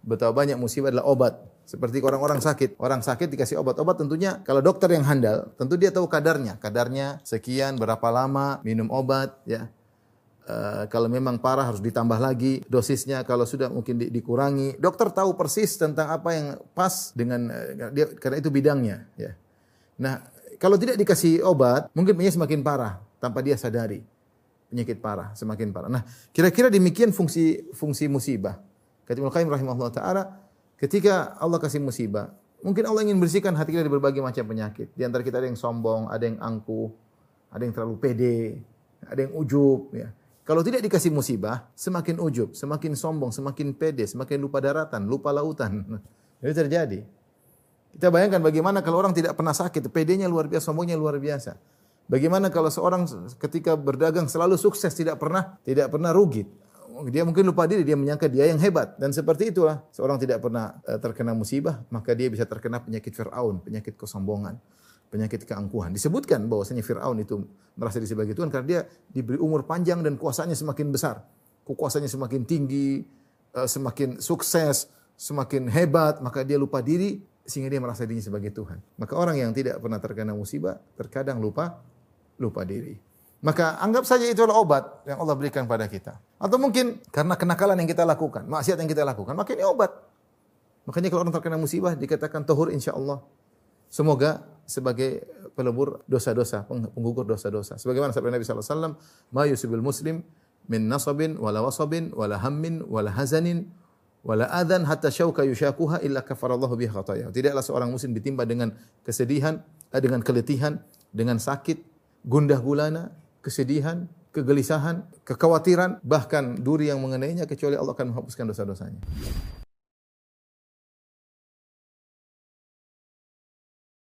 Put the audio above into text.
Betapa banyak musibah adalah obat. Seperti orang-orang sakit. Orang sakit dikasih obat. Obat tentunya kalau dokter yang handal, tentu dia tahu kadarnya. Kadarnya sekian, berapa lama minum obat, ya. Kalau memang parah harus ditambah lagi dosisnya, kalau sudah mungkin dikurangi. Dokter tahu persis tentang apa yang pas dengan dia, karena itu bidangnya, ya. Nah, kalau tidak dikasih obat, mungkin penyakit semakin parah tanpa dia sadari. Penyakit parah, semakin parah. Nah, kira-kira demikian fungsi musibah. Kata Ibnu Qayyim rahimahullah taala, ketika Allah kasih musibah, mungkin Allah ingin bersihkan hati kita dari berbagai macam penyakit. Di antara kita ada yang sombong, ada yang angkuh, ada yang terlalu pede, ada yang ujub, ya. Kalau tidak dikasih musibah, semakin ujub, semakin sombong, semakin pede, semakin lupa daratan, lupa lautan. Itu terjadi. Kita bayangkan bagaimana kalau orang tidak pernah sakit, pedenya luar biasa, sombongnya luar biasa. Bagaimana kalau seorang ketika berdagang selalu sukses, tidak pernah rugi. Dia mungkin lupa diri, dia menyangka dia yang hebat. Dan seperti itulah, seorang tidak pernah terkena musibah, maka dia bisa terkena penyakit Fir'aun, penyakit kesombongan, penyakit keangkuhan. Disebutkan bahwasanya Fir'aun itu merasa diri sebagai Tuhan karena dia diberi umur panjang dan kuasanya semakin besar. Kuasanya semakin tinggi, semakin sukses, semakin hebat, maka dia lupa diri sehingga dia merasa dirinya sebagai Tuhan. Maka orang yang tidak pernah terkena musibah terkadang lupa diri. Maka anggap saja itu adalah obat yang Allah berikan pada kita. Atau mungkin karena kenakalan yang kita lakukan, maksiat yang kita lakukan, maka ini obat. Makanya kalau orang terkena musibah dikatakan tahur insyaallah. Semoga sebagai pelebur dosa-dosa, penggugur dosa-dosa. Sebagaimana sabda Nabi sallallahu alaihi wasallam, "Ma yusibil muslim min nasabin wala wasabin wala hammin wala hazanin wala adhan hatta syauka yushakuha illa kafarallahu biha khataya." Tidaklah seorang muslim ditimpa dengan kesedihan, dengan keletihan, dengan sakit, gundah gulana, kesedihan, kegelisahan, kekhawatiran, bahkan duri yang mengenainya kecuali Allah akan menghapuskan dosa-dosanya.